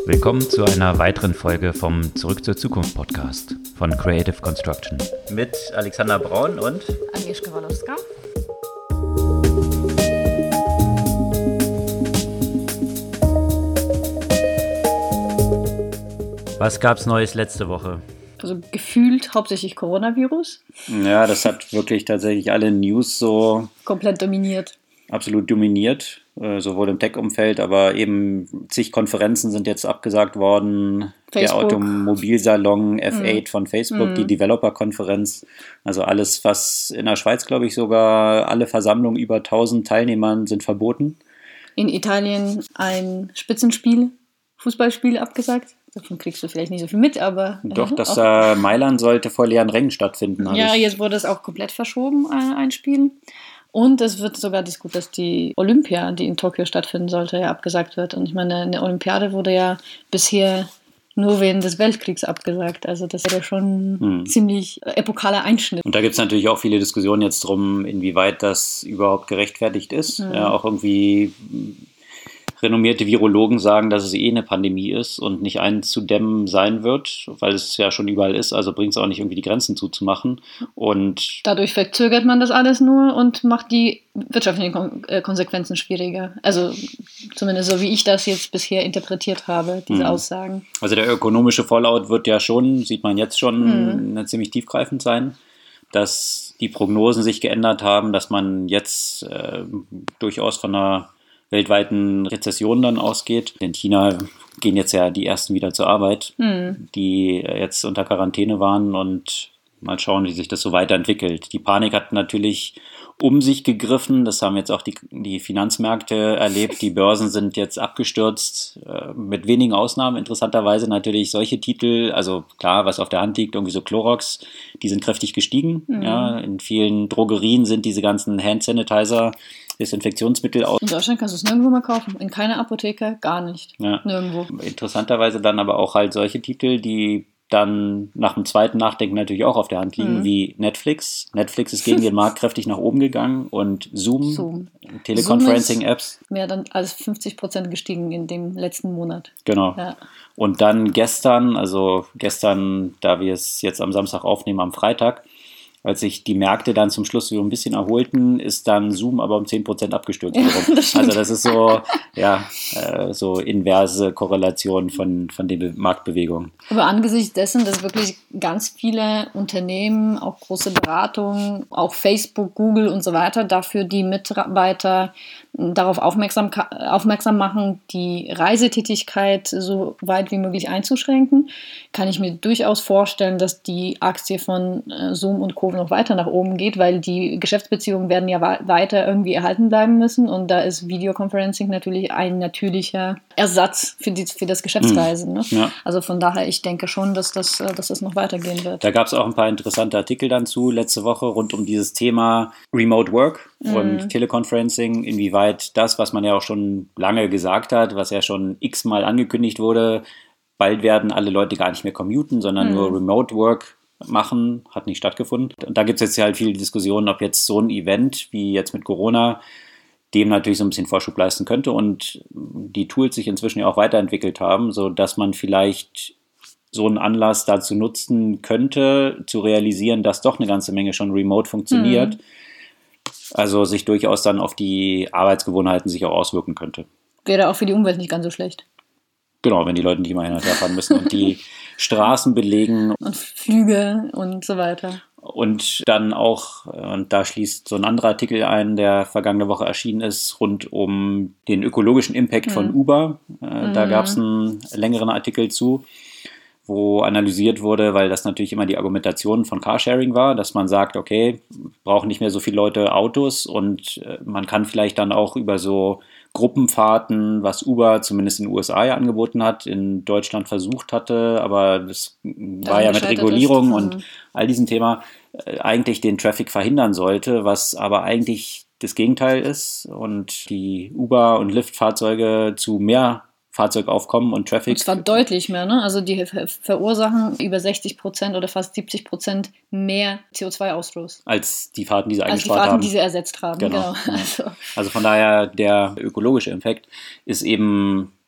Willkommen zu einer weiteren Folge vom Zurück zur Zukunft Podcast von Creative Construction. Mit Alexander Braun und Agnieszka Walowska. Was gab's Neues letzte Woche? Also gefühlt hauptsächlich Coronavirus. Ja, das hat wirklich tatsächlich alle News so komplett dominiert. Absolut dominiert, sowohl im Tech-Umfeld, aber eben zig Konferenzen sind jetzt abgesagt worden. Facebook. Der Automobilsalon F8 von Facebook, die Developer-Konferenz, also alles, was in der Schweiz, glaube ich, sogar alle Versammlungen über 1000 Teilnehmern sind verboten. In Italien ein Spitzenspiel, Fußballspiel abgesagt. Davon kriegst du vielleicht nicht so viel mit, aber... Doch, das Mailand sollte vor leeren Rängen stattfinden. Ja, jetzt wurde es auch komplett verschoben, ein Spiel. Und es wird sogar diskutiert, dass die Olympia, die in Tokio stattfinden sollte, ja abgesagt wird. Und ich meine, eine Olympiade wurde ja bisher nur während des Weltkriegs abgesagt. Also das wäre schon ein ziemlich epochaler Einschnitt. Und da gibt es natürlich auch viele Diskussionen jetzt drum, inwieweit das überhaupt gerechtfertigt ist. Ja, auch irgendwie renommierte Virologen sagen, dass es eine Pandemie ist und nicht einzudämmen sein wird, weil es ja schon überall ist, also bringt es auch nicht irgendwie die Grenzen zuzumachen. Und dadurch verzögert man das alles nur und macht die wirtschaftlichen Konsequenzen schwieriger. Also zumindest so, wie ich das jetzt bisher interpretiert habe, diese Aussagen. Also der ökonomische Fallout wird ja schon, sieht man jetzt schon, ziemlich tiefgreifend sein, dass die Prognosen sich geändert haben, dass man jetzt durchaus von einer weltweiten Rezession dann ausgeht. In China gehen jetzt ja die ersten wieder zur Arbeit, die jetzt unter Quarantäne waren, und mal schauen, wie sich das so weiterentwickelt. Die Panik hat natürlich um sich gegriffen. Das haben jetzt auch die Finanzmärkte erlebt. Die Börsen sind jetzt abgestürzt, mit wenigen Ausnahmen. Interessanterweise natürlich solche Titel, also klar, was auf der Hand liegt, irgendwie so Clorox, die sind kräftig gestiegen. Ja, in vielen Drogerien sind diese ganzen Hand-Sanitizer, Desinfektionsmittel aus. In Deutschland kannst du es nirgendwo mehr kaufen. In keiner Apotheke, gar nicht. Ja. Nirgendwo. Interessanterweise dann aber auch halt solche Titel, die dann nach dem zweiten Nachdenken natürlich auch auf der Hand liegen, wie Netflix. Netflix ist gegen den Markt kräftig nach oben gegangen, und Zoom. Teleconferencing-Apps. Mehr dann als 50% gestiegen in dem letzten Monat. Genau. Ja. Und dann gestern, da wir es jetzt am Samstag aufnehmen, am Freitag, als sich die Märkte dann zum Schluss so ein bisschen erholten, ist dann Zoom aber um 10% abgestürzt. Ja, das ist so, so inverse Korrelation von den Marktbewegungen. Aber angesichts dessen, dass wirklich ganz viele Unternehmen, auch große Beratungen, auch Facebook, Google und so weiter, dafür die Mitarbeiter darauf aufmerksam machen, die Reisetätigkeit so weit wie möglich einzuschränken, kann ich mir durchaus vorstellen, dass die Aktie von Zoom und Co. noch weiter nach oben geht, weil die Geschäftsbeziehungen werden ja weiter irgendwie erhalten bleiben müssen, und da ist Videoconferencing natürlich ein natürlicher Ersatz für das Geschäftsreisen. Ne? Ja. Also von daher, ich denke schon, dass das noch weitergehen wird. Da gab es auch ein paar interessante Artikel dann zu letzte Woche rund um dieses Thema Remote Work und Teleconferencing, inwieweit das, was man ja auch schon lange gesagt hat, was ja schon x-mal angekündigt wurde, bald werden alle Leute gar nicht mehr commuten, sondern nur Remote Work machen, hat nicht stattgefunden. Und da gibt es jetzt halt viele Diskussionen, ob jetzt so ein Event wie jetzt mit Corona dem natürlich so ein bisschen Vorschub leisten könnte, und die Tools sich inzwischen ja auch weiterentwickelt haben, sodass man vielleicht so einen Anlass dazu nutzen könnte, zu realisieren, dass doch eine ganze Menge schon remote funktioniert. Also sich durchaus dann auf die Arbeitsgewohnheiten sich auch auswirken könnte. Wäre auch für die Umwelt nicht ganz so schlecht. Genau, wenn die Leute nicht mal hin und her fahren müssen und die Straßen belegen. Und Flüge und so weiter. Und dann auch, und da schließt so ein anderer Artikel ein, der vergangene Woche erschienen ist, rund um den ökologischen Impact von Uber. Da gab es einen längeren Artikel zu, wo analysiert wurde, weil das natürlich immer die Argumentation von Carsharing war, dass man sagt, okay, brauchen nicht mehr so viele Leute Autos, und man kann vielleicht dann auch über so Gruppenfahrten, was Uber zumindest in den USA ja angeboten hat, in Deutschland versucht hatte, aber das war ja mit Regulierung und all diesem Thema eigentlich den Traffic verhindern sollte, was aber eigentlich das Gegenteil ist, und die Uber- und Lyft-Fahrzeuge zu mehr Fahrzeugaufkommen und Traffic. Und zwar deutlich mehr, ne? Also die verursachen über 60% oder fast 70% mehr CO2-Ausstoß. Als die Fahrten, die sie eingespart haben. Die sie ersetzt haben, genau. Also von daher, der ökologische Effekt ist eben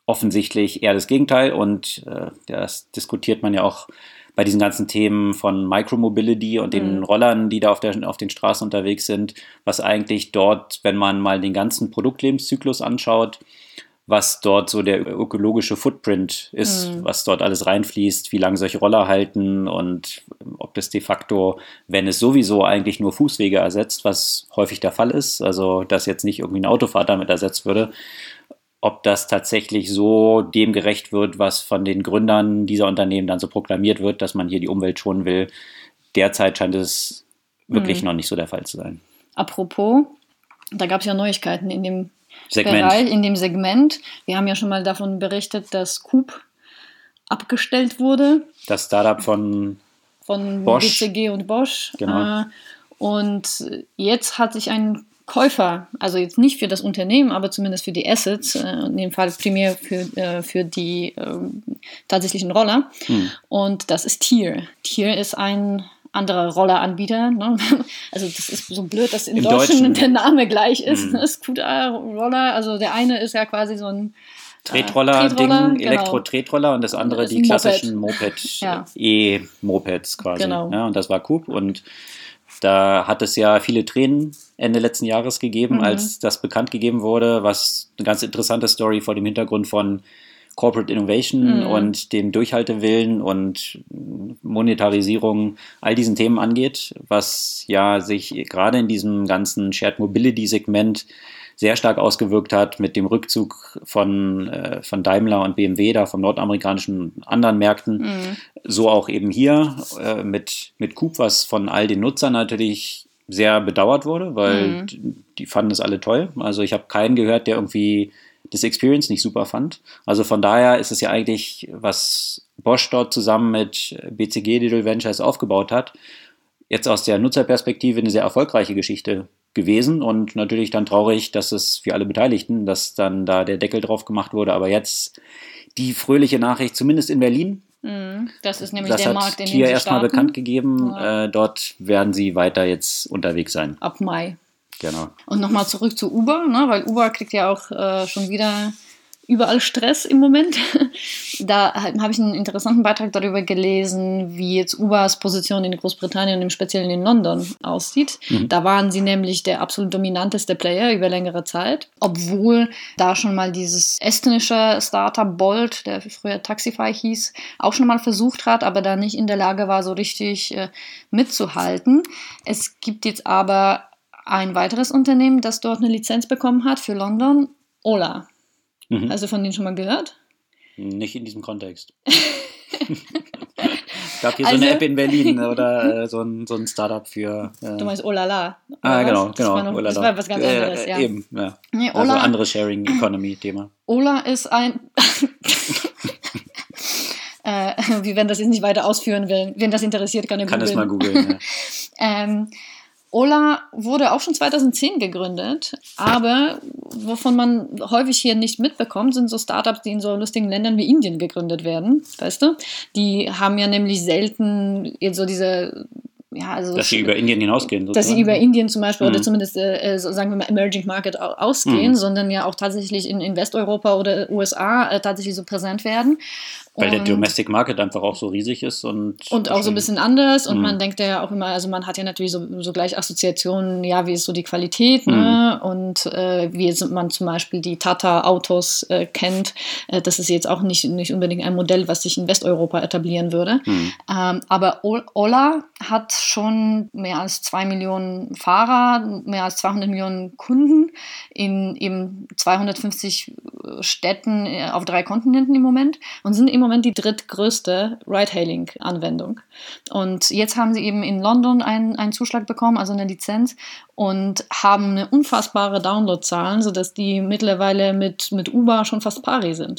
offensichtlich eher das Gegenteil und das diskutiert man ja auch bei diesen ganzen Themen von Micromobility und den Rollern, die da auf den Straßen unterwegs sind, was eigentlich dort, wenn man mal den ganzen Produktlebenszyklus anschaut, was dort so der ökologische Footprint ist, was dort alles reinfließt, wie lange solche Roller halten und ob das de facto, wenn es sowieso eigentlich nur Fußwege ersetzt, was häufig der Fall ist, also dass jetzt nicht irgendwie ein Autofahrt damit ersetzt würde, ob das tatsächlich so dem gerecht wird, was von den Gründern dieser Unternehmen dann so proklamiert wird, dass man hier die Umwelt schonen will. Derzeit scheint es wirklich noch nicht so der Fall zu sein. Apropos, da gab es ja Neuigkeiten in dem Bereich, in dem Segment. Wir haben ja schon mal davon berichtet, dass Coop abgestellt wurde. Das Startup von Bosch. BCG und Bosch. Genau. Und jetzt hat sich ein Käufer, also jetzt nicht für das Unternehmen, aber zumindest für die Assets, in dem Fall primär für die tatsächlichen Roller. Und das ist Tier. Tier ist ein anderer Rolleranbieter. Ne? Also das ist so blöd, dass im Deutschen der Name gleich ist. Scooter-Roller, also der eine ist ja quasi so ein Tretroller-Ding, genau. Elektro-Tretroller und das andere die klassischen E-Mopeds quasi. Genau. Ja, und das war Coop und da hat es ja viele Tränen Ende letzten Jahres gegeben, als das bekannt gegeben wurde, was eine ganz interessante Story vor dem Hintergrund von Corporate Innovation und dem Durchhaltewillen und Monetarisierung, all diesen Themen angeht, was ja sich gerade in diesem ganzen Shared Mobility Segment sehr stark ausgewirkt hat mit dem Rückzug von Daimler und BMW, da vom nordamerikanischen anderen Märkten. So auch eben hier mit Coop, was von all den Nutzern natürlich sehr bedauert wurde, weil die fanden es alle toll. Also ich habe keinen gehört, der irgendwie das Experience nicht super fand. Also von daher ist es ja eigentlich, was Bosch dort zusammen mit BCG Digital Ventures aufgebaut hat, jetzt aus der Nutzerperspektive eine sehr erfolgreiche Geschichte gewesen und natürlich dann traurig, dass es für alle Beteiligten, dass dann da der Deckel drauf gemacht wurde, aber jetzt die fröhliche Nachricht, zumindest in Berlin, das ist nämlich der Markt, in dem sie Tier erstmal starten. bekannt gegeben, dort werden sie weiter jetzt unterwegs sein. Ab Mai. Genau. Und nochmal zurück zu Uber, ne, weil Uber kriegt ja auch schon wieder überall Stress im Moment. Da habe ich einen interessanten Beitrag darüber gelesen, wie jetzt Ubers Position in Großbritannien und im Speziellen in London aussieht. Da waren sie nämlich der absolut dominanteste Player über längere Zeit, obwohl da schon mal dieses estnische Startup Bolt, der früher Taxify hieß, auch schon mal versucht hat, aber da nicht in der Lage war, so richtig mitzuhalten. Es gibt jetzt aber ein weiteres Unternehmen, das dort eine Lizenz bekommen hat für London, Ola. Also von denen schon mal gehört? Nicht in diesem Kontext. Es gab hier so eine App in Berlin oder so ein Startup für... Du meinst Olala? Genau. Das war was ganz anderes, ja. Eben, ja. Nee, also anderes Sharing-Economy-Thema. Ola ist ein... wie wenn das jetzt nicht weiter ausführen will. Wenn das interessiert, kann er googeln. Kann es mal googeln, ja. Ola wurde auch schon 2010 gegründet, aber wovon man häufig hier nicht mitbekommt, sind so Startups, die in so lustigen Ländern wie Indien gegründet werden, weißt du? Die haben ja nämlich selten so diese... Ja, also dass sie über Indien hinausgehen. Sozusagen. Dass sie über Indien zum Beispiel oder zumindest, sagen wir mal, Emerging Market ausgehen, sondern ja auch tatsächlich in Westeuropa oder USA tatsächlich so präsent werden. Weil der Domestic Market einfach auch so riesig ist. Und auch so ein bisschen anders. Und man denkt ja auch immer, also man hat ja natürlich so gleich Assoziationen, ja, wie ist so die Qualität, ne? Und wie man zum Beispiel die Tata-Autos kennt. Das ist jetzt auch nicht unbedingt ein Modell, was sich in Westeuropa etablieren würde. Aber Ola hat schon mehr als 2 Millionen Fahrer, mehr als 200 Millionen Kunden in eben 250 Städten auf 3 Kontinenten im Moment und sind im Moment die drittgrößte Ride-Hailing-Anwendung. Und jetzt haben sie eben in London einen Zuschlag bekommen, also eine Lizenz, und haben eine unfassbare Downloadzahlen, sodass die mittlerweile mit Uber schon fast pari sind.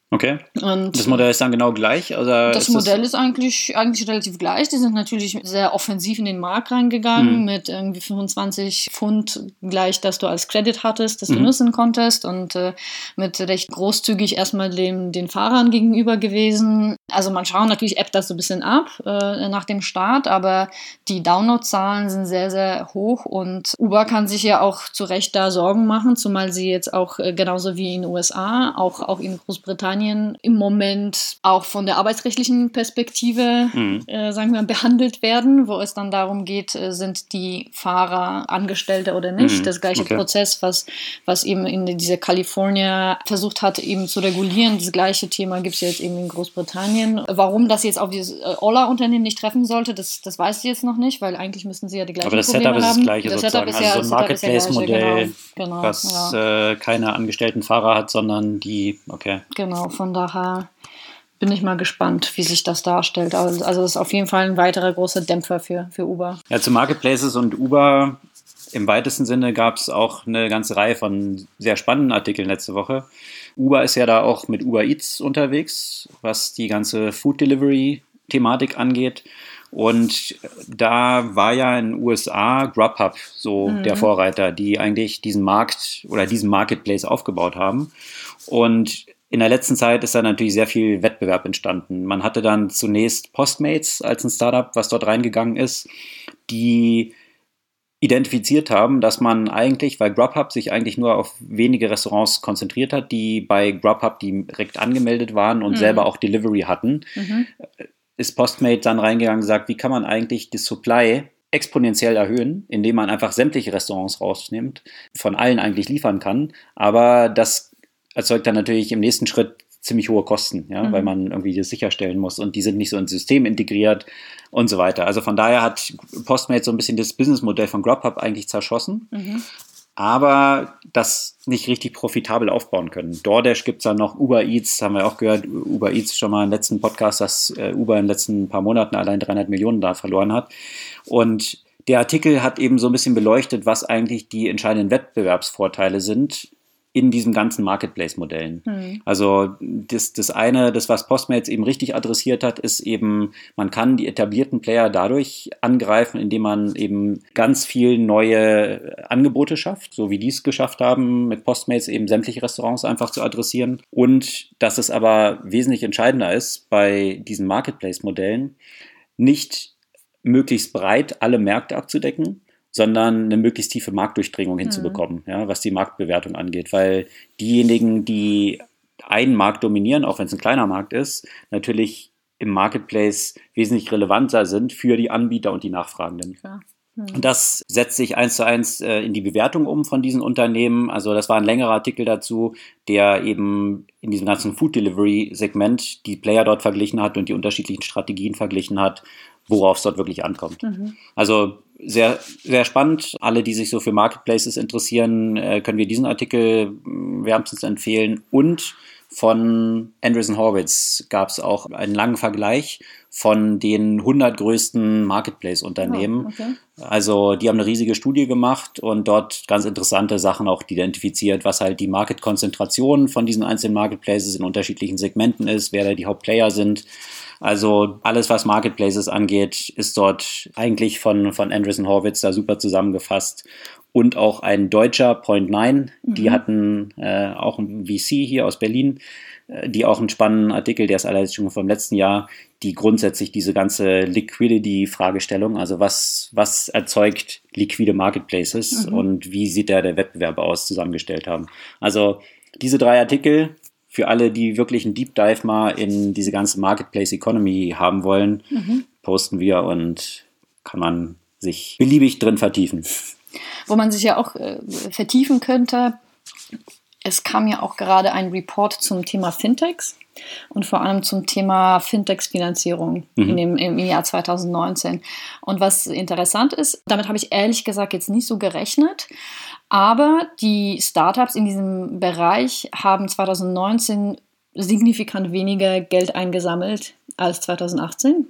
Okay. Und das Modell ist dann genau gleich? Oder das Modell ist eigentlich relativ gleich. Die sind natürlich sehr offensiv in den Markt reingegangen mit irgendwie 25 Pfund gleich, dass du als Credit hattest, das du nutzen konntest und mit recht großzügig erstmal den Fahrern gegenüber gewesen. Also man schaut natürlich App das so ein bisschen ab nach dem Start, aber die Downloadzahlen sind sehr, sehr hoch und Uber kann sich ja auch zu Recht da Sorgen machen, zumal sie jetzt auch genauso wie in den USA, auch in Großbritannien im Moment auch von der arbeitsrechtlichen Perspektive, sagen wir, behandelt werden, wo es dann darum geht, sind die Fahrer Angestellte oder nicht. Das gleiche Prozess, was eben in dieser California versucht hat, eben zu regulieren. Das gleiche Thema gibt es jetzt eben in Großbritannien. Warum das jetzt auf dieses Ola-Unternehmen nicht treffen sollte, das weiß ich jetzt noch nicht, weil eigentlich müssten sie ja die gleichen Probleme haben. Aber das Setup ist das gleiche sozusagen. Also so ein Marketplace-Modell, genau, was keine angestellten Fahrer hat, sondern die, Genau, von daher bin ich mal gespannt, wie sich das darstellt. Also das ist auf jeden Fall ein weiterer großer Dämpfer für Uber. Ja, zu Marketplaces und Uber im weitesten Sinne gab es auch eine ganze Reihe von sehr spannenden Artikeln letzte Woche. Uber ist ja da auch mit Uber Eats unterwegs, was die ganze Food-Delivery-Thematik angeht. Und da war ja in den USA Grubhub so der Vorreiter, die eigentlich diesen Markt oder diesen Marketplace aufgebaut haben. Und in der letzten Zeit ist da natürlich sehr viel Wettbewerb entstanden. Man hatte dann zunächst Postmates als ein Startup, was dort reingegangen ist, die identifiziert haben, dass man eigentlich, weil Grubhub sich eigentlich nur auf wenige Restaurants konzentriert hat, die bei Grubhub direkt angemeldet waren und selber auch Delivery hatten, ist Postmates dann reingegangen und gesagt, wie kann man eigentlich das Supply exponentiell erhöhen, indem man einfach sämtliche Restaurants rausnimmt, von allen eigentlich liefern kann, aber das erzeugt dann natürlich im nächsten Schritt ziemlich hohe Kosten, ja, weil man irgendwie das sicherstellen muss und die sind nicht so ins System integriert und so weiter. Also von daher hat Postmates so ein bisschen das Businessmodell von Grubhub eigentlich zerschossen, aber das nicht richtig profitabel aufbauen können. DoorDash gibt es dann noch, Uber Eats, haben wir auch gehört, Uber Eats schon mal im letzten Podcast, dass Uber in den letzten paar Monaten allein 300 Millionen da verloren hat. Und der Artikel hat eben so ein bisschen beleuchtet, was eigentlich die entscheidenden Wettbewerbsvorteile sind in diesen ganzen Marketplace-Modellen. Also das eine, das was Postmates eben richtig adressiert hat, ist eben, man kann die etablierten Player dadurch angreifen, indem man eben ganz viel neue Angebote schafft, so wie die es geschafft haben, mit Postmates eben sämtliche Restaurants einfach zu adressieren. Und dass es aber wesentlich entscheidender ist, bei diesen Marketplace-Modellen nicht möglichst breit alle Märkte abzudecken, sondern eine möglichst tiefe Marktdurchdringung hinzubekommen, ja, was die Marktbewertung angeht. Weil diejenigen, die einen Markt dominieren, auch wenn es ein kleiner Markt ist, natürlich im Marketplace wesentlich relevanter sind für die Anbieter und die Nachfragenden. Ja. Und das setzt sich 1:1 in die Bewertung um von diesen Unternehmen. Also das war ein längerer Artikel dazu, der eben in diesem ganzen Food-Delivery-Segment die Player dort verglichen hat und die unterschiedlichen Strategien verglichen hat, worauf es dort wirklich ankommt. Also sehr, sehr spannend. Alle, die sich so für Marketplaces interessieren, können wir diesen Artikel wärmstens empfehlen. Und von Andreessen Horowitz gab es auch einen langen Vergleich von den 100 größten Marketplace-Unternehmen. Also die haben eine riesige Studie gemacht und dort ganz interessante Sachen auch identifiziert, was halt die Market-Konzentration von diesen einzelnen Marketplaces in unterschiedlichen Segmenten ist, wer da die Hauptplayer sind. Also alles, was Marketplaces angeht, ist dort eigentlich von Andreessen Horowitz da super zusammengefasst. Und auch ein deutscher Point9, die hatten auch ein VC hier aus Berlin, die auch einen spannenden Artikel, der ist allerdings schon vom letzten Jahr, die grundsätzlich diese ganze Liquidity-Fragestellung, also was erzeugt liquide Marketplaces und wie sieht der Wettbewerb aus, zusammengestellt haben. Also diese 3 Artikel, für alle, die wirklich einen Deep Dive mal in diese ganze Marketplace Economy haben wollen, posten wir und kann man sich beliebig drin vertiefen. Wo man sich ja auch vertiefen könnte, es kam ja auch gerade ein Report zum Thema Fintechs und vor allem zum Thema Fintechs-Finanzierung im Jahr 2019. Und was interessant ist, damit habe ich ehrlich gesagt jetzt nicht so gerechnet, aber die Startups in diesem Bereich haben 2019 signifikant weniger Geld eingesammelt als 2018.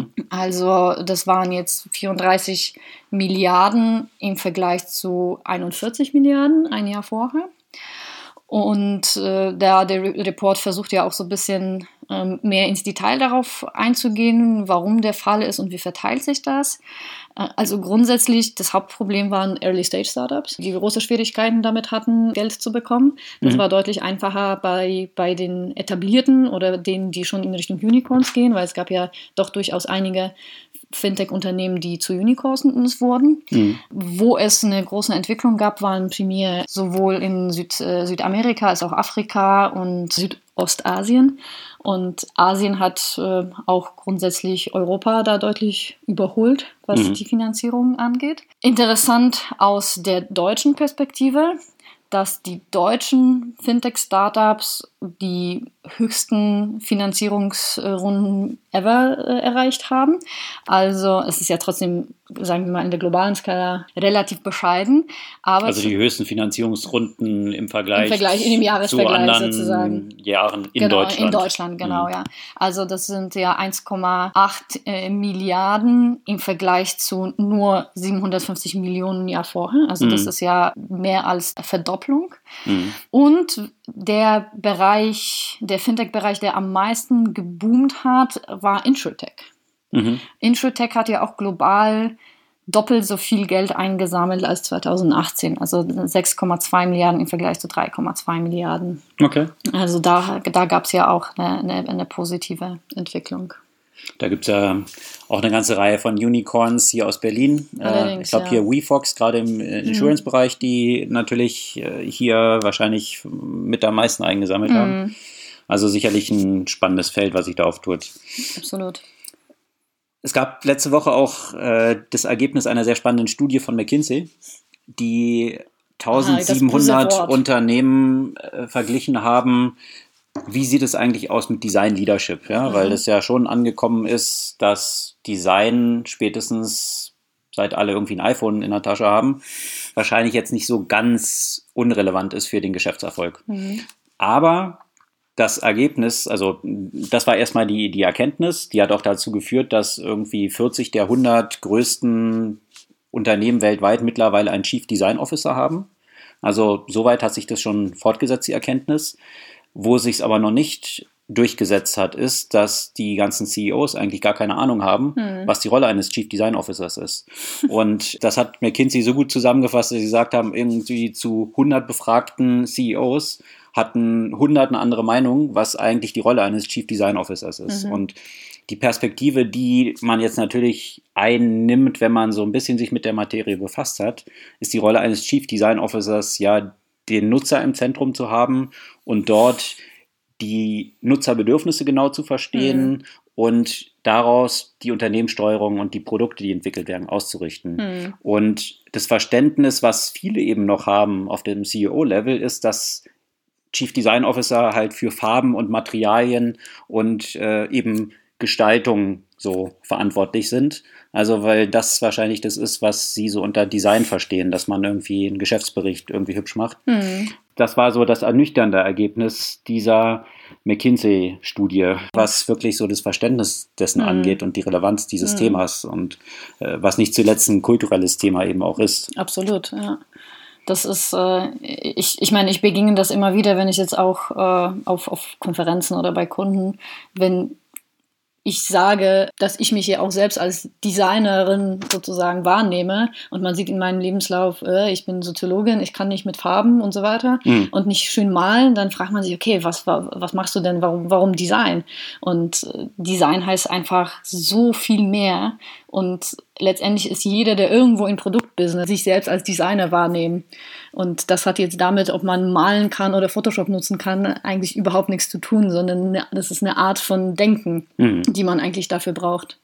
Also das waren jetzt 34 Milliarden im Vergleich zu 41 Milliarden ein Jahr vorher. Und der Report versucht ja auch so ein bisschen mehr ins Detail darauf einzugehen, warum der Fall ist und wie verteilt sich das. Also grundsätzlich, das Hauptproblem waren Early-Stage-Startups, die große Schwierigkeiten damit hatten, Geld zu bekommen. Das war deutlich einfacher bei den etablierten oder denen, die schon in Richtung Unicorns gehen, weil es gab ja doch durchaus einige Fintech-Unternehmen, die zu Unicorns wurden. Wo es eine große Entwicklung gab, waren primär sowohl in Südamerika als auch Afrika und Südostasien. Und Asien hat auch grundsätzlich Europa da deutlich überholt, was die Finanzierung angeht. Interessant aus der deutschen Perspektive, dass die deutschen Fintech-Startups die höchsten Finanzierungsrunden ever erreicht haben. Also es ist ja trotzdem, sagen wir mal, in der globalen Skala relativ bescheiden. Aber also die höchsten Finanzierungsrunden im Vergleich in dem Jahresvergleich zu anderen sozusagen. Jahren in genau, Deutschland. In Deutschland, genau, ja. Also das sind ja 1,8 Milliarden im Vergleich zu nur 750 Millionen im Jahr vorher. Also das ist ja mehr als Verdopplung. Und der Fintech-Bereich, der am meisten geboomt hat, war Insurtech. Insurtech hat ja auch global doppelt so viel Geld eingesammelt als 2018, also 6,2 Milliarden im Vergleich zu 3,2 Milliarden. Okay. Also da gab es ja auch eine positive Entwicklung. Da gibt es ja auch eine ganze Reihe von Unicorns hier aus Berlin. Ich glaube hier WeFox, gerade im Insurance-Bereich, die natürlich hier wahrscheinlich mit am meisten eingesammelt haben. Also sicherlich ein spannendes Feld, was sich da auftut. Absolut. Es gab letzte Woche auch das Ergebnis einer sehr spannenden Studie von McKinsey, die 1700 Unternehmen verglichen haben. Wie sieht es eigentlich aus mit Design Leadership? Ja? Weil es ja schon angekommen ist, dass Design spätestens, seit alle irgendwie ein iPhone in der Tasche haben, wahrscheinlich jetzt nicht so ganz unrelevant ist für den Geschäftserfolg. Aber das Ergebnis, also das war erstmal die Erkenntnis, die hat auch dazu geführt, dass irgendwie 40 der 100 größten Unternehmen weltweit mittlerweile einen Chief Design Officer haben. Also soweit hat sich das schon fortgesetzt, die Erkenntnis. Wo es sich aber noch nicht durchgesetzt hat, ist, dass die ganzen CEOs eigentlich gar keine Ahnung haben, was die Rolle eines Chief Design Officers ist. Und das hat McKinsey so gut zusammengefasst, dass sie gesagt haben, irgendwie zu 100 befragten CEOs hatten 100 eine andere Meinung, was eigentlich die Rolle eines Chief Design Officers ist. Und die Perspektive, die man jetzt natürlich einnimmt, wenn man so ein bisschen sich mit der Materie befasst hat, ist die Rolle eines Chief Design Officers ja, den Nutzer im Zentrum zu haben und dort die Nutzerbedürfnisse genau zu verstehen und daraus die Unternehmenssteuerung und die Produkte, die entwickelt werden, auszurichten. Und das Verständnis, was viele eben noch haben auf dem CEO-Level, ist, dass Chief Design Officer halt für Farben und Materialien und eben Gestaltung so verantwortlich sind. Also weil das wahrscheinlich das ist, was sie so unter Design verstehen, dass man irgendwie einen Geschäftsbericht irgendwie hübsch macht. Das war so das ernüchternde Ergebnis dieser McKinsey-Studie, was wirklich so das Verständnis dessen angeht und die Relevanz dieses Themas und was nicht zuletzt ein kulturelles Thema eben auch ist. Absolut, ja. Das ist, ich meine, ich beginne das immer wieder, wenn ich jetzt auch auf Konferenzen oder bei Kunden, wenn ich sage, dass ich mich ja auch selbst als Designerin sozusagen wahrnehme und man sieht in meinem Lebenslauf, ich bin Soziologin, ich kann nicht mit Farben und so weiter und nicht schön malen, dann fragt man sich, okay, was machst du denn, warum Design? Und Design heißt einfach so viel mehr und letztendlich ist jeder, der irgendwo im Produktbusiness sich selbst als Designer wahrnehmen. Und das hat jetzt damit, ob man malen kann oder Photoshop nutzen kann, eigentlich überhaupt nichts zu tun, sondern das ist eine Art von Denken, die man eigentlich dafür braucht.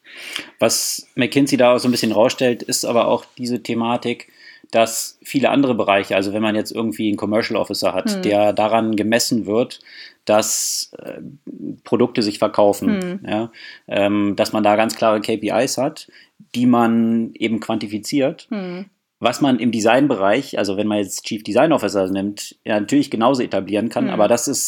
Was McKinsey da auch so ein bisschen rausstellt, ist aber auch diese Thematik, dass viele andere Bereiche, also wenn man jetzt irgendwie einen Commercial Officer hat, der daran gemessen wird, dass Produkte sich verkaufen, ja, dass man da ganz klare KPIs hat, die man eben quantifiziert. Was man im Designbereich, also wenn man jetzt Chief Design Officer nimmt, ja, natürlich genauso etablieren kann, aber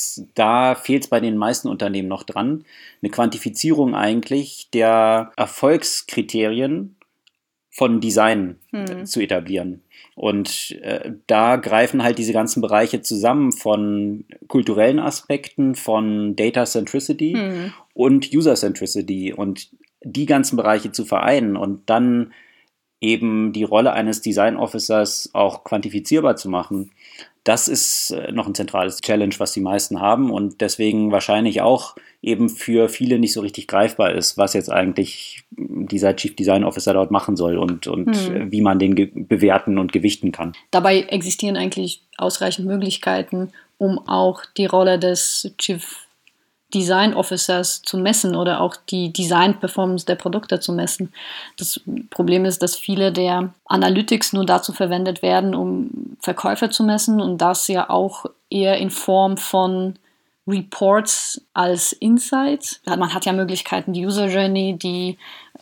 da fehlt es bei den meisten Unternehmen noch dran, eine Quantifizierung eigentlich der Erfolgskriterien von Design zu etablieren. Und da greifen halt diese ganzen Bereiche zusammen von kulturellen Aspekten, von Data Centricity und User Centricity und die ganzen Bereiche zu vereinen und dann eben die Rolle eines Design Officers auch quantifizierbar zu machen. Das ist noch ein zentrales Challenge, was die meisten haben und deswegen wahrscheinlich auch eben für viele nicht so richtig greifbar ist, was jetzt eigentlich dieser Chief Design Officer dort machen soll und wie man den bewerten und gewichten kann. Dabei existieren eigentlich ausreichend Möglichkeiten, um auch die Rolle des Chief Design Officers zu messen oder auch die Design-Performance der Produkte zu messen. Das Problem ist, dass viele der Analytics nur dazu verwendet werden, um Verkäufe zu messen und das ja auch eher in Form von Reports als Insights. Man hat ja Möglichkeiten, die User Journey, die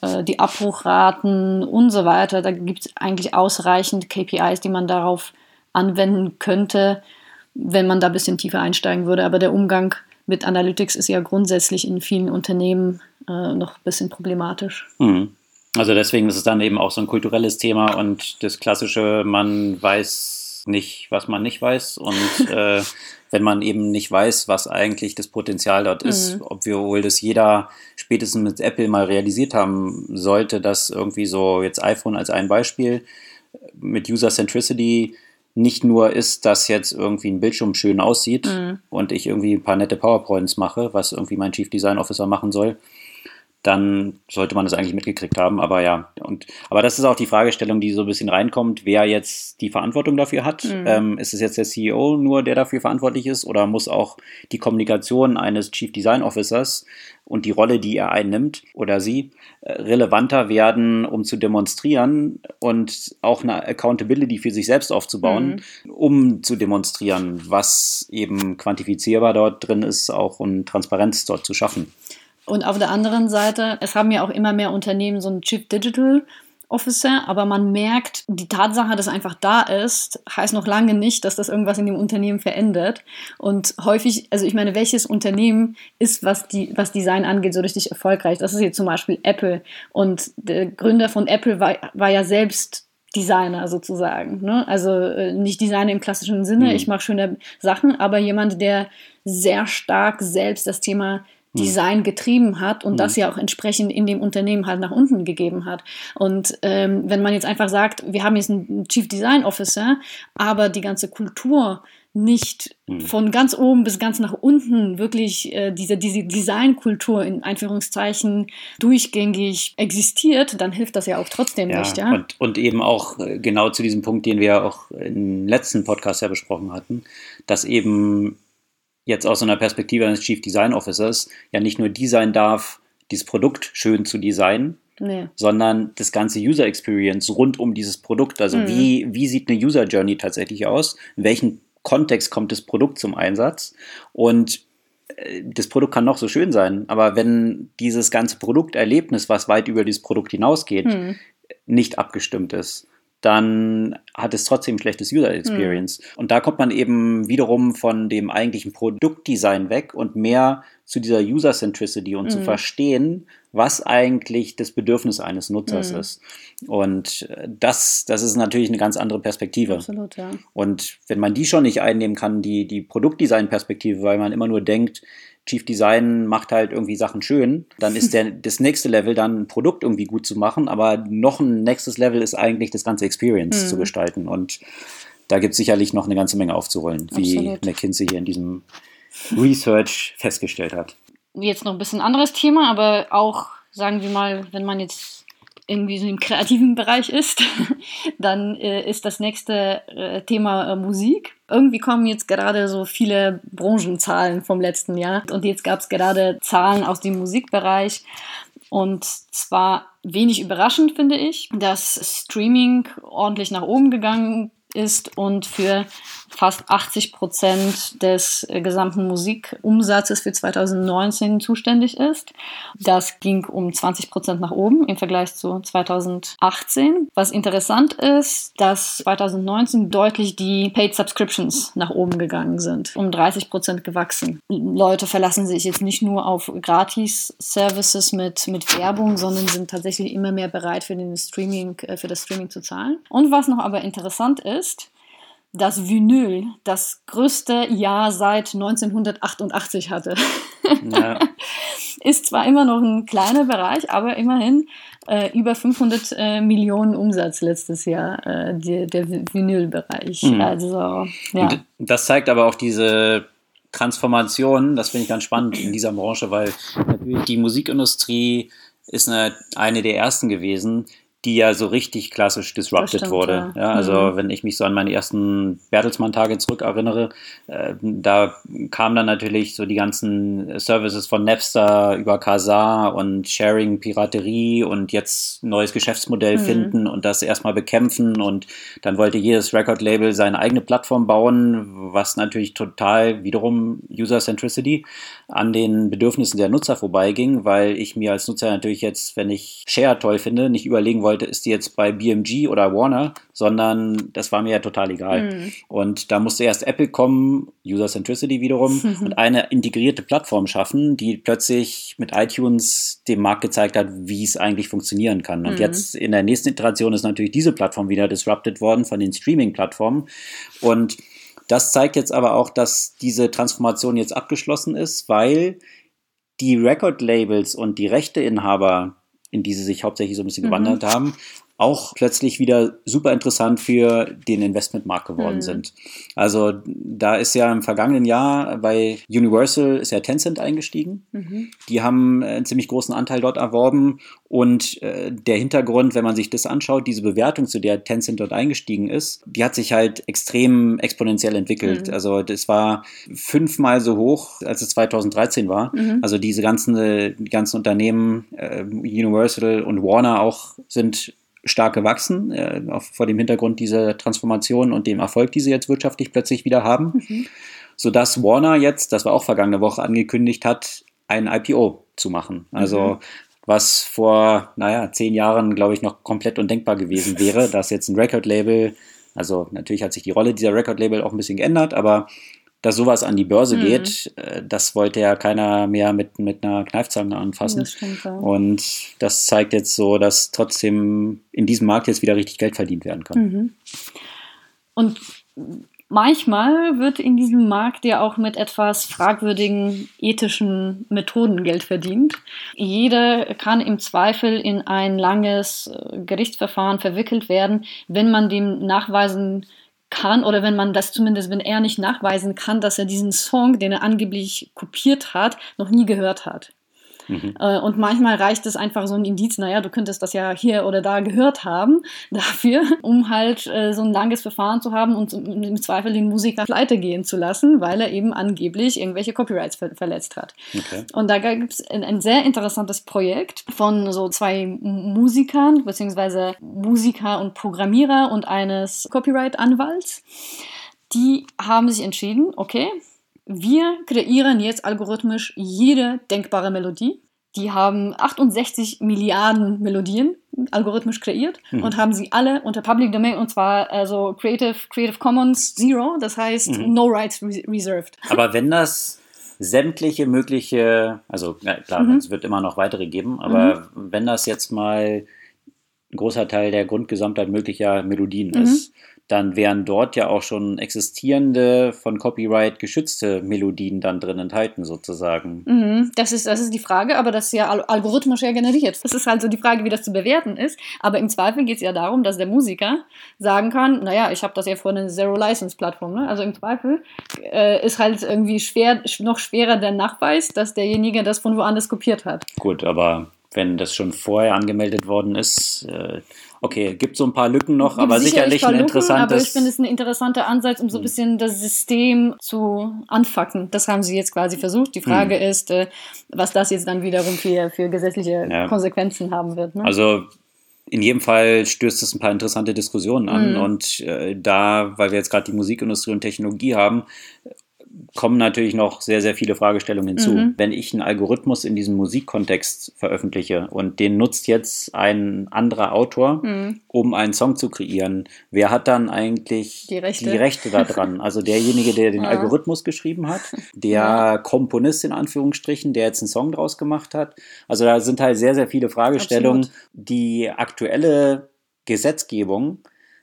Abbruchraten und so weiter. Da gibt es eigentlich ausreichend KPIs, die man darauf anwenden könnte, wenn man da ein bisschen tiefer einsteigen würde. Aber der Umgang mit Analytics ist ja grundsätzlich in vielen Unternehmen noch ein bisschen problematisch. Also deswegen ist es dann eben auch so ein kulturelles Thema und das klassische, man weiß nicht, was man nicht weiß und wenn man eben nicht weiß, was eigentlich das Potenzial dort ist, obwohl das jeder spätestens mit Apple mal realisiert haben sollte, dass irgendwie so jetzt iPhone als ein Beispiel mit User Centricity nicht nur ist, dass jetzt irgendwie ein Bildschirm schön aussieht und ich irgendwie ein paar nette PowerPoints mache, was irgendwie mein Chief Design Officer machen soll, dann sollte man das eigentlich mitgekriegt haben. Aber ja, aber das ist auch die Fragestellung, die so ein bisschen reinkommt, wer jetzt die Verantwortung dafür hat. Ist es jetzt der CEO nur, der dafür verantwortlich ist oder muss auch die Kommunikation eines Chief Design Officers und die Rolle, die er einnimmt oder sie, relevanter werden, um zu demonstrieren und auch eine Accountability für sich selbst aufzubauen, um zu demonstrieren, was eben quantifizierbar dort drin ist, auch um Transparenz dort zu schaffen. Und auf der anderen Seite, es haben ja auch immer mehr Unternehmen so einen Chief Digital Officer, aber man merkt, die Tatsache, dass er einfach da ist, heißt noch lange nicht, dass das irgendwas in dem Unternehmen verändert. Und häufig, also ich meine, welches Unternehmen ist, was Design angeht, so richtig erfolgreich? Das ist jetzt zum Beispiel Apple. Und der Gründer von Apple war ja selbst Designer sozusagen. Ne? Also nicht Designer im klassischen Sinne, ich mache schöne Sachen, aber jemand, der sehr stark selbst das Thema Design getrieben hat und das ja auch entsprechend in dem Unternehmen halt nach unten gegeben hat. Und wenn man jetzt einfach sagt, wir haben jetzt einen Chief Design Officer, aber die ganze Kultur nicht von ganz oben bis ganz nach unten wirklich diese Designkultur in Anführungszeichen durchgängig existiert, dann hilft das ja auch trotzdem nicht. Ja? Und eben auch genau zu diesem Punkt, den wir auch im letzten Podcast ja besprochen hatten, dass eben jetzt aus so einer Perspektive eines Chief Design Officers ja nicht nur die sein darf, dieses Produkt schön zu designen, sondern das ganze User Experience rund um dieses Produkt. Also wie sieht eine User Journey tatsächlich aus? In welchem Kontext kommt das Produkt zum Einsatz? Und das Produkt kann noch so schön sein, aber wenn dieses ganze Produkterlebnis, was weit über dieses Produkt hinausgeht, nicht abgestimmt ist, dann hat es trotzdem ein schlechtes User Experience. Und da kommt man eben wiederum von dem eigentlichen Produktdesign weg und mehr zu dieser User Centricity und zu verstehen, was eigentlich das Bedürfnis eines Nutzers ist. Und das ist natürlich eine ganz andere Perspektive. Absolut, ja. Und wenn man die schon nicht einnehmen kann, die Produktdesign-Perspektive, weil man immer nur denkt, Chief Design macht halt irgendwie Sachen schön, dann ist das nächste Level dann ein Produkt irgendwie gut zu machen, aber noch ein nächstes Level ist eigentlich das ganze Experience zu gestalten und da gibt es sicherlich noch eine ganze Menge aufzuholen, wie McKinsey hier in diesem Research festgestellt hat. Jetzt noch ein bisschen anderes Thema, aber auch, sagen wir mal, wenn man jetzt irgendwie so im kreativen Bereich ist, dann ist das nächste Thema Musik. Irgendwie kommen jetzt gerade so viele Branchenzahlen vom letzten Jahr und jetzt gab es gerade Zahlen aus dem Musikbereich und zwar wenig überraschend, finde ich, dass Streaming ordentlich nach oben gegangen ist und für fast 80% des gesamten Musikumsatzes für 2019 zuständig ist. Das ging um 20% nach oben im Vergleich zu 2018. Was interessant ist, dass 2019 deutlich die Paid Subscriptions nach oben gegangen sind, um 30% gewachsen. Leute verlassen sich jetzt nicht nur auf Gratis-Services mit Werbung, sondern sind tatsächlich immer mehr bereit für das Streaming zu zahlen. Und was noch aber interessant ist, dass Vinyl das größte Jahr seit 1988 hatte. Ja. Ist zwar immer noch ein kleiner Bereich, aber immerhin über 500 Millionen Umsatz letztes Jahr, der Vinylbereich. Also, ja. Und das zeigt aber auch diese Transformation, das finde ich ganz spannend in dieser Branche, weil natürlich die Musikindustrie ist eine der ersten gewesen, die ja so richtig klassisch disrupted wurde. Ja, also wenn ich mich so an meine ersten Bertelsmann-Tage zurückerinnere, da kamen dann natürlich so die ganzen Services von Napster über Kazaa und Sharing, Piraterie und jetzt neues Geschäftsmodell finden und das erstmal bekämpfen, und dann wollte jedes Record-Label seine eigene Plattform bauen, was natürlich total wiederum User-Centricity an den Bedürfnissen der Nutzer vorbeiging, weil ich mir als Nutzer natürlich jetzt, wenn ich Share toll finde, nicht überlegen wollte, ist die jetzt bei BMG oder Warner, sondern das war mir ja total egal. Und da musste erst Apple kommen, User Centricity wiederum, und eine integrierte Plattform schaffen, die plötzlich mit iTunes dem Markt gezeigt hat, wie es eigentlich funktionieren kann. Und jetzt in der nächsten Iteration ist natürlich diese Plattform wieder disrupted worden von den Streaming-Plattformen. Und das zeigt jetzt aber auch, dass diese Transformation jetzt abgeschlossen ist, weil die Record-Labels und die Rechteinhaber, in die sie sich hauptsächlich so ein bisschen gewandert haben, auch plötzlich wieder super interessant für den Investmentmarkt geworden sind. Also da ist ja im vergangenen Jahr bei Universal ist ja Tencent eingestiegen. Die haben einen ziemlich großen Anteil dort erworben, und der Hintergrund, wenn man sich das anschaut, diese Bewertung, zu der Tencent dort eingestiegen ist, die hat sich halt extrem exponentiell entwickelt. Also das war 5-mal so hoch, als es 2013 war. Also die ganzen Unternehmen, Universal und Warner auch, sind stark gewachsen, auch vor dem Hintergrund dieser Transformation und dem Erfolg, die sie jetzt wirtschaftlich plötzlich wieder haben, sodass Warner jetzt, das war auch vergangene Woche, angekündigt hat, ein IPO zu machen. Also was vor 10 Jahren, glaube ich, noch komplett undenkbar gewesen wäre, dass jetzt ein Record-Label, also natürlich hat sich die Rolle dieser Record-Label auch ein bisschen geändert, aber dass sowas an die Börse geht, das wollte ja keiner mehr mit einer Kneifzange anfassen. Das stimmt, ja. Und das zeigt jetzt so, dass trotzdem in diesem Markt jetzt wieder richtig Geld verdient werden kann. Und manchmal wird in diesem Markt ja auch mit etwas fragwürdigen ethischen Methoden Geld verdient. Jeder kann im Zweifel in ein langes Gerichtsverfahren verwickelt werden, wenn man dem nachweisen kann, oder wenn er nicht nachweisen kann, dass er diesen Song, den er angeblich kopiert hat, noch nie gehört hat. Und manchmal reicht es einfach so ein Indiz, du könntest das ja hier oder da gehört haben, dafür, um halt so ein langes Verfahren zu haben und im Zweifel den Musiker pleite gehen zu lassen, weil er eben angeblich irgendwelche Copyrights verletzt hat. Okay. Und da gibt es ein sehr interessantes Projekt von so 2 Musikern, beziehungsweise Musiker und Programmierer und eines Copyright-Anwalts. Die haben sich entschieden, okay, wir kreieren jetzt algorithmisch jede denkbare Melodie. Die haben 68 Milliarden Melodien algorithmisch kreiert und haben sie alle unter Public Domain, und zwar also Creative Commons Zero, das heißt No Rights Reserved. Aber wenn das sämtliche mögliche, also klar, es wird immer noch weitere geben, aber wenn das jetzt mal ein großer Teil der Grundgesamtheit möglicher Melodien ist, dann wären dort ja auch schon existierende, von Copyright geschützte Melodien dann drin enthalten, sozusagen. Das ist die Frage, aber das ist ja algorithmisch generiert. Das ist halt so die Frage, wie das zu bewerten ist. Aber im Zweifel geht es ja darum, dass der Musiker sagen kann, ich habe das ja vor einer Zero-License-Plattform. Ne? Also im Zweifel ist halt irgendwie noch schwerer der Nachweis, dass derjenige das von woanders kopiert hat. Gut, aber wenn das schon vorher angemeldet worden ist, okay, gibt so ein paar Lücken noch, aber sicherlich ein interessantes... Aber ich finde es ein interessanter Ansatz, um so ein bisschen das System zu anfacken. Das haben sie jetzt quasi versucht. Die Frage ist, was das jetzt dann wiederum für gesetzliche Konsequenzen haben wird. Ne? Also in jedem Fall stößt es ein paar interessante Diskussionen an. Und weil wir jetzt gerade die Musikindustrie und Technologie haben, kommen natürlich noch sehr, sehr viele Fragestellungen hinzu. Wenn ich einen Algorithmus in diesem Musikkontext veröffentliche und den nutzt jetzt ein anderer Autor, um einen Song zu kreieren, wer hat dann eigentlich die Rechte daran? Also derjenige, der den Algorithmus geschrieben hat, der Komponist in Anführungsstrichen, der jetzt einen Song draus gemacht hat. Also da sind halt sehr, sehr viele Fragestellungen. Absolut. Die aktuelle Gesetzgebung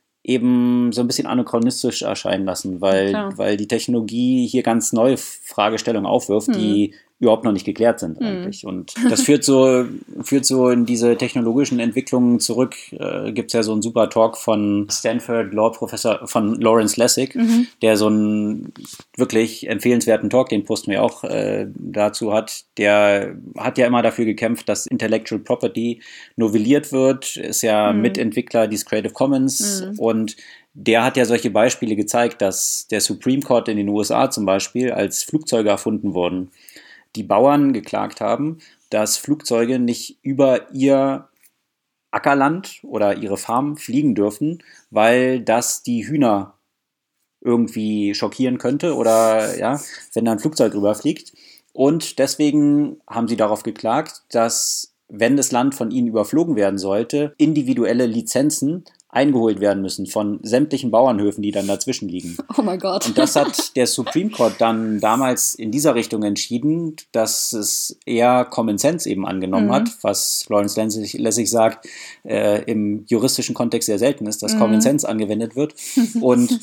eben so ein bisschen anachronistisch erscheinen lassen, weil die Technologie hier ganz neue Fragestellungen aufwirft, die überhaupt noch nicht geklärt sind eigentlich. Und das führt so in diese technologischen Entwicklungen zurück. Gibt es ja so einen super Talk von Stanford Law-Professor von Lawrence Lessig, der so einen wirklich empfehlenswerten Talk, den posten wir auch dazu hat. Der hat ja immer dafür gekämpft, dass Intellectual Property novelliert wird, ist ja Mitentwickler dieses Creative Commons und der hat ja solche Beispiele gezeigt, dass der Supreme Court in den USA zum Beispiel, als Flugzeuge erfunden wurden, die Bauern geklagt haben, dass Flugzeuge nicht über ihr Ackerland oder ihre Farm fliegen dürfen, weil das die Hühner irgendwie schockieren könnte oder wenn da ein Flugzeug rüberfliegt. Und deswegen haben sie darauf geklagt, dass, wenn das Land von ihnen überflogen werden sollte, individuelle Lizenzen eingeholt werden müssen von sämtlichen Bauernhöfen, die dann dazwischen liegen. Oh mein Gott. Und das hat der Supreme Court dann damals in dieser Richtung entschieden, dass es eher Common Sense eben angenommen hat, was Lawrence Lessig sagt, im juristischen Kontext sehr selten ist, dass Common Sense angewendet wird. Und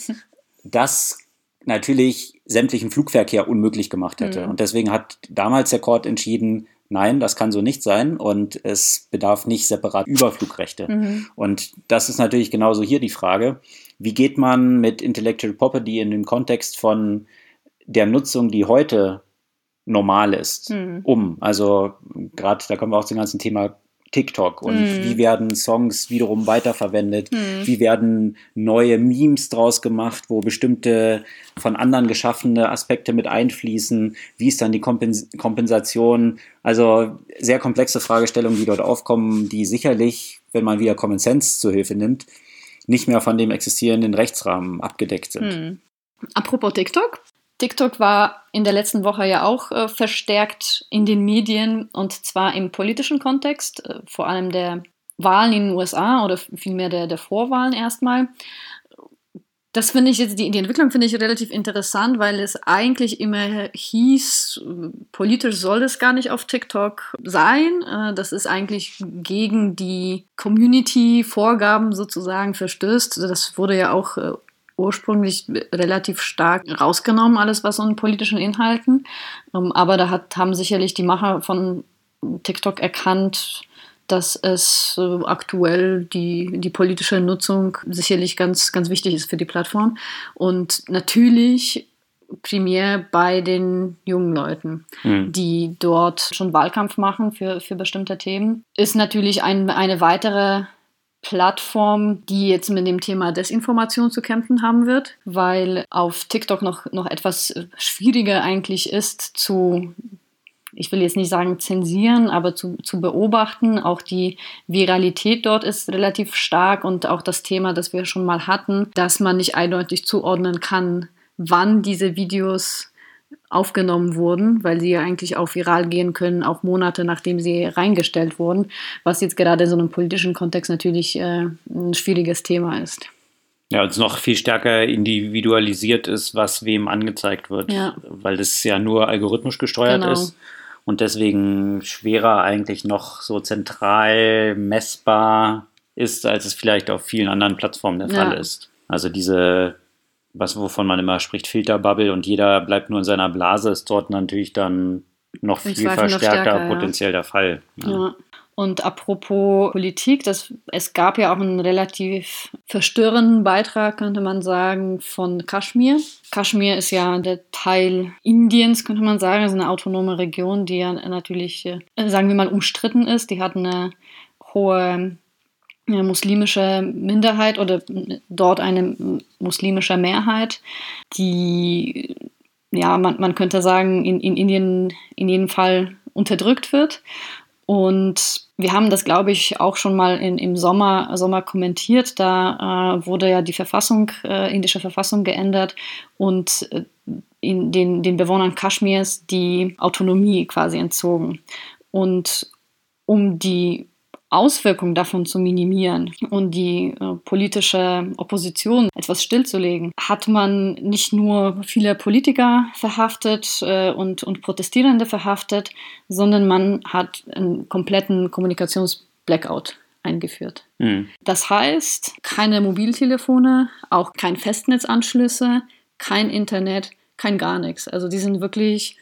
das natürlich sämtlichen Flugverkehr unmöglich gemacht hätte. Und deswegen hat damals der Court entschieden, nein, das kann so nicht sein und es bedarf nicht separat Überflugrechte. Und das ist natürlich genauso hier die Frage, wie geht man mit Intellectual Property in dem Kontext von der Nutzung, die heute normal ist, um? Also gerade, da kommen wir auch zum ganzen Thema TikTok und wie werden Songs wiederum weiterverwendet, wie werden neue Memes draus gemacht, wo bestimmte von anderen geschaffene Aspekte mit einfließen, wie ist dann die Kompensation, also sehr komplexe Fragestellungen, die dort aufkommen, die sicherlich, wenn man wieder Common Sense zur Hilfe nimmt, nicht mehr von dem existierenden Rechtsrahmen abgedeckt sind. Apropos TikTok. TikTok war in der letzten Woche ja auch verstärkt in den Medien und zwar im politischen Kontext, vor allem der Wahlen in den USA oder vielmehr der Vorwahlen erstmal. Das finde ich jetzt, die Entwicklung finde ich relativ interessant, weil es eigentlich immer hieß, politisch soll es gar nicht auf TikTok sein. Das ist eigentlich gegen die Community-Vorgaben sozusagen verstößt. Das wurde ja auch ursprünglich relativ stark rausgenommen, alles was an politischen Inhalten. Aber da haben sicherlich die Macher von TikTok erkannt, dass es aktuell die politische Nutzung sicherlich ganz, ganz wichtig ist für die Plattform. Und natürlich primär bei den jungen Leuten, die dort schon Wahlkampf machen für bestimmte Themen, ist natürlich eine weitere Plattform, die jetzt mit dem Thema Desinformation zu kämpfen haben wird, weil auf TikTok noch etwas schwieriger eigentlich ist ich will jetzt nicht sagen zensieren, aber zu beobachten. Auch die Viralität dort ist relativ stark und auch das Thema, das wir schon mal hatten, dass man nicht eindeutig zuordnen kann, wann diese Videos aufgenommen wurden, weil sie ja eigentlich auch viral gehen können, auch Monate nachdem sie reingestellt wurden, was jetzt gerade in so einem politischen Kontext natürlich ein schwieriges Thema ist. Ja, und es noch viel stärker individualisiert ist, was wem angezeigt wird, weil das ja nur algorithmisch gesteuert ist und deswegen schwerer eigentlich noch so zentral messbar ist, als es vielleicht auf vielen anderen Plattformen der Fall ist. Also wovon man immer spricht, Filterbubble und jeder bleibt nur in seiner Blase, ist dort natürlich dann noch viel verstärkter potenziell der Fall. Ja. Und apropos Politik, es gab ja auch einen relativ verstörenden Beitrag, könnte man sagen, von Kaschmir. Kaschmir ist ja der Teil Indiens, könnte man sagen, also eine autonome Region, die ja natürlich, sagen wir mal, umstritten ist. Die hat eine hohe muslimische Minderheit oder dort eine muslimische Mehrheit, die, man könnte sagen, in Indien in jedem Fall unterdrückt wird. Und Wir haben das, glaube ich, auch schon mal im Sommer kommentiert. Da wurde ja die indische Verfassung geändert und in den Bewohnern Kaschmirs die Autonomie quasi entzogen. Und um die Auswirkungen davon zu minimieren und die politische Opposition etwas stillzulegen, hat man nicht nur viele Politiker verhaftet und Protestierende verhaftet, sondern man hat einen kompletten Kommunikationsblackout eingeführt. Das heißt, keine Mobiltelefone, auch kein Festnetzanschlüsse, kein Internet, kein gar nichts. Also die sind wirklich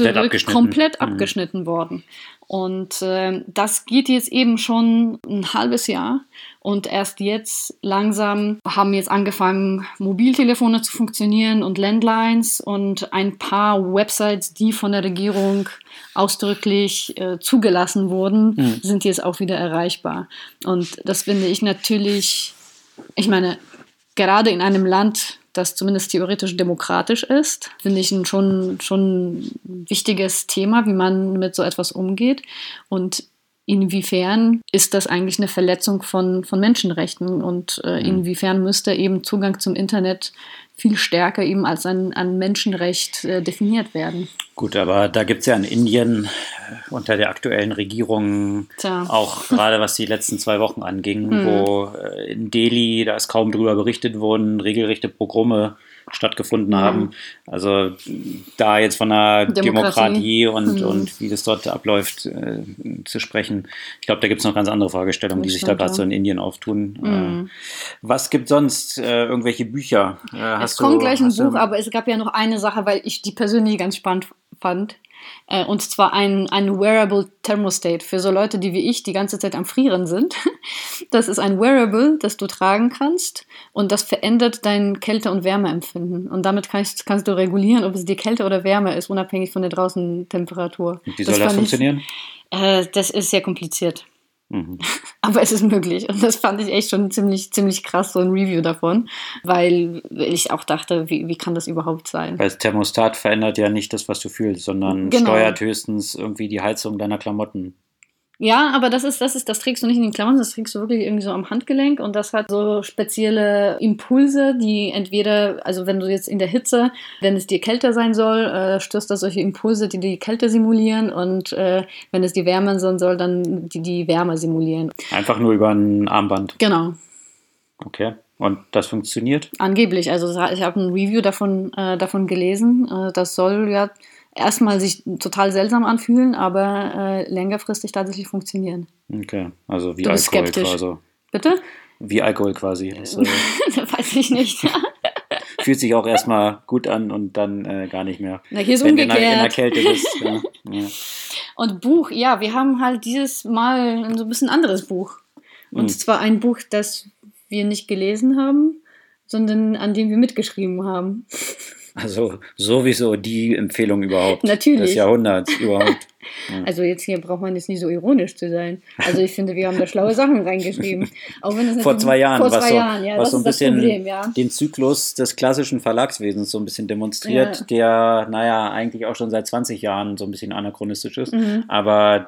komplett abgeschnitten worden. Und das geht jetzt eben schon ein halbes Jahr und erst jetzt langsam haben jetzt angefangen, Mobiltelefone zu funktionieren und Landlines und ein paar Websites, die von der Regierung ausdrücklich zugelassen wurden, sind jetzt auch wieder erreichbar. Und das finde ich natürlich, ich meine, gerade in einem Land, das zumindest theoretisch demokratisch ist, finde ich schon ein wichtiges Thema, wie man mit so etwas umgeht. Und inwiefern ist das eigentlich eine Verletzung von Menschenrechten und inwiefern müsste eben Zugang zum Internet viel stärker eben als ein Menschenrecht definiert werden. Gut, aber da gibt es ja in Indien unter der aktuellen Regierung auch gerade was die letzten 2 Wochen anging, wo in Delhi, da ist kaum drüber berichtet worden, regelrechte Pogrome stattgefunden haben. Also da jetzt von der Demokratie und wie das dort abläuft zu sprechen. Ich glaube, da gibt es noch ganz andere Fragestellungen, die sich da gerade so in Indien auftun. Was gibt sonst? Irgendwelche Bücher? Es kommt gleich ein Buch, aber es gab ja noch eine Sache, weil ich die persönlich ganz spannend fand. Und zwar ein Wearable Thermostat für so Leute, die wie ich die ganze Zeit am Frieren sind. Das ist ein Wearable, das du tragen kannst und das verändert dein Kälte- und Wärmeempfinden. Und damit kannst du regulieren, ob es dir Kälte oder Wärme ist, unabhängig von der Draußentemperatur. Wie soll das funktionieren? Das ist sehr kompliziert. Aber es ist möglich. Und das fand ich echt schon ziemlich krass, so ein Review davon, weil ich auch dachte, wie kann das überhaupt sein? Weil das Thermostat verändert ja nicht das, was du fühlst, sondern steuert höchstens irgendwie die Heizung deiner Klamotten. Ja, aber das trägst du nicht in den Klamotten, das trägst du wirklich irgendwie so am Handgelenk und das hat so spezielle Impulse, die entweder, also wenn du jetzt in der Hitze, wenn es dir kälter sein soll, stößt das solche Impulse, die die Kälte simulieren und wenn es die Wärme sein soll, dann die Wärme simulieren. Einfach nur über ein Armband? Genau. Okay. Und das funktioniert? Angeblich, also ich habe ein Review davon gelesen, das soll ja erstmal sich total seltsam anfühlen, aber längerfristig tatsächlich funktionieren. Okay, also wie du bist Alkohol skeptisch. quasi. Bitte? Wie Alkohol quasi. Das, weiß ich nicht. Fühlt sich auch erstmal gut an und dann gar nicht mehr. Na, hier ist wenn umgekehrt. du in der Kälte bist. Ja. Und Buch, ja, wir haben halt dieses Mal so ein bisschen anderes Buch. Und zwar ein Buch, das wir nicht gelesen haben, sondern an dem wir mitgeschrieben haben. Also sowieso die Empfehlung überhaupt. Natürlich. Des Jahrhunderts überhaupt. Ja. Also jetzt hier braucht man jetzt nicht so ironisch zu sein. Also ich finde, wir haben da schlaue Sachen reingeschrieben. Auch wenn es vor 2 Jahren, ja, was so ein bisschen Problem, ja. Den Zyklus des klassischen Verlagswesens so ein bisschen demonstriert, der, eigentlich auch schon seit 20 Jahren so ein bisschen anachronistisch ist. Aber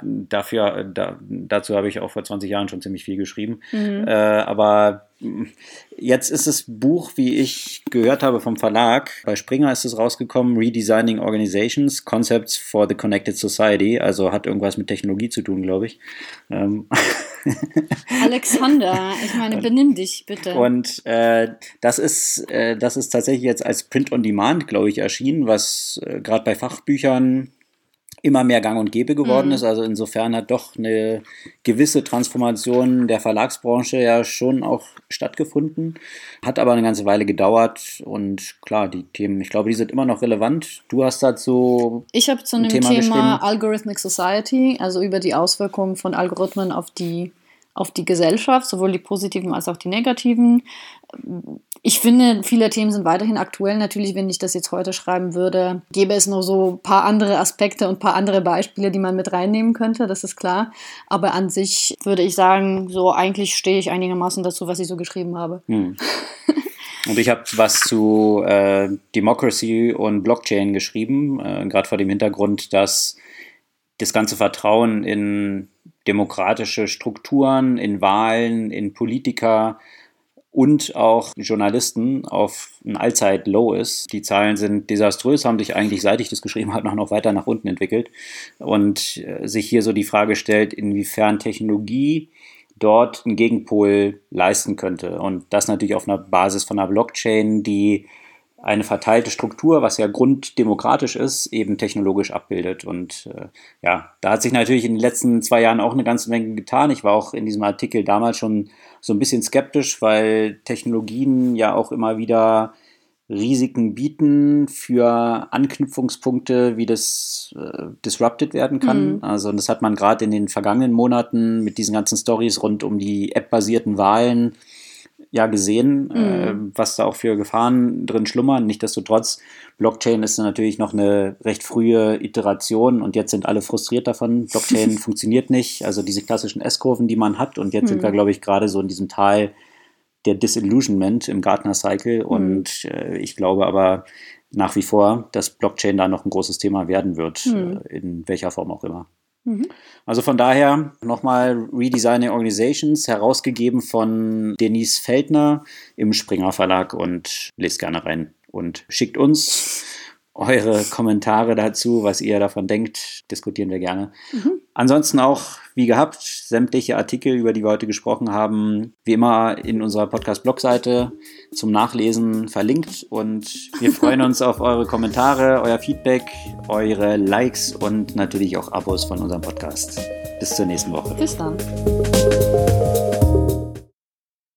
dazu habe ich auch vor 20 Jahren schon ziemlich viel geschrieben. Aber jetzt ist das Buch, wie ich gehört habe vom Verlag, bei Springer ist es rausgekommen, Redesigning Organizations, Concepts for the Connected Society, also hat irgendwas mit Technologie zu tun, glaube ich. Alexander, ich meine, benimm dich bitte. Und das ist tatsächlich jetzt als Print-on-Demand, glaube ich, erschienen, was gerade bei Fachbüchern immer mehr gang und gäbe geworden ist. Also insofern hat doch eine gewisse Transformation der Verlagsbranche ja schon auch stattgefunden. Hat aber eine ganze Weile gedauert und klar, die Themen, ich glaube, die sind immer noch relevant. Du hast dazu Ich habe zu einem Thema Algorithmic Society, also über die Auswirkungen von Algorithmen auf die Gesellschaft, sowohl die positiven als auch die negativen. Ich finde, viele Themen sind weiterhin aktuell. Natürlich, wenn ich das jetzt heute schreiben würde, gäbe es noch so ein paar andere Aspekte und ein paar andere Beispiele, die man mit reinnehmen könnte, das ist klar. Aber an sich würde ich sagen, so eigentlich stehe ich einigermaßen dazu, was ich so geschrieben habe. Und ich habe was zu Democracy und Blockchain geschrieben, gerade vor dem Hintergrund, dass das ganze Vertrauen in demokratische Strukturen in Wahlen, in Politiker und auch Journalisten auf ein Allzeit-Low ist. Die Zahlen sind desaströs, haben sich eigentlich, seit ich das geschrieben habe, noch weiter nach unten entwickelt. Und sich hier so die Frage stellt, inwiefern Technologie dort einen Gegenpol leisten könnte. Und das natürlich auf einer Basis von einer Blockchain, die eine verteilte Struktur, was ja grunddemokratisch ist, eben technologisch abbildet. Und da hat sich natürlich in den letzten 2 Jahren auch eine ganze Menge getan. Ich war auch in diesem Artikel damals schon so ein bisschen skeptisch, weil Technologien ja auch immer wieder Risiken bieten für Anknüpfungspunkte, wie das disrupted werden kann. Also das hat man gerade in den vergangenen Monaten mit diesen ganzen Stories rund um die App-basierten Wahlen ja gesehen, was da auch für Gefahren drin schlummern. Nichtsdestotrotz, Blockchain ist natürlich noch eine recht frühe Iteration und jetzt sind alle frustriert davon. Blockchain funktioniert nicht, also diese klassischen S-Kurven, die man hat. Und jetzt sind wir, glaube ich, gerade so in diesem Tal der Disillusionment im Gartner-Cycle. Und ich glaube aber nach wie vor, dass Blockchain da noch ein großes Thema werden wird, in welcher Form auch immer. Also von daher nochmal Redesigning Organizations, herausgegeben von Denise Feldner im Springer Verlag, und lest gerne rein und schickt uns eure Kommentare dazu, was ihr davon denkt, diskutieren wir gerne. Ansonsten auch, wie gehabt, sämtliche Artikel, über die wir heute gesprochen haben, wie immer in unserer Podcast-Blog-Seite zum Nachlesen verlinkt, und wir freuen uns auf eure Kommentare, euer Feedback, eure Likes und natürlich auch Abos von unserem Podcast. Bis zur nächsten Woche. Bis dann.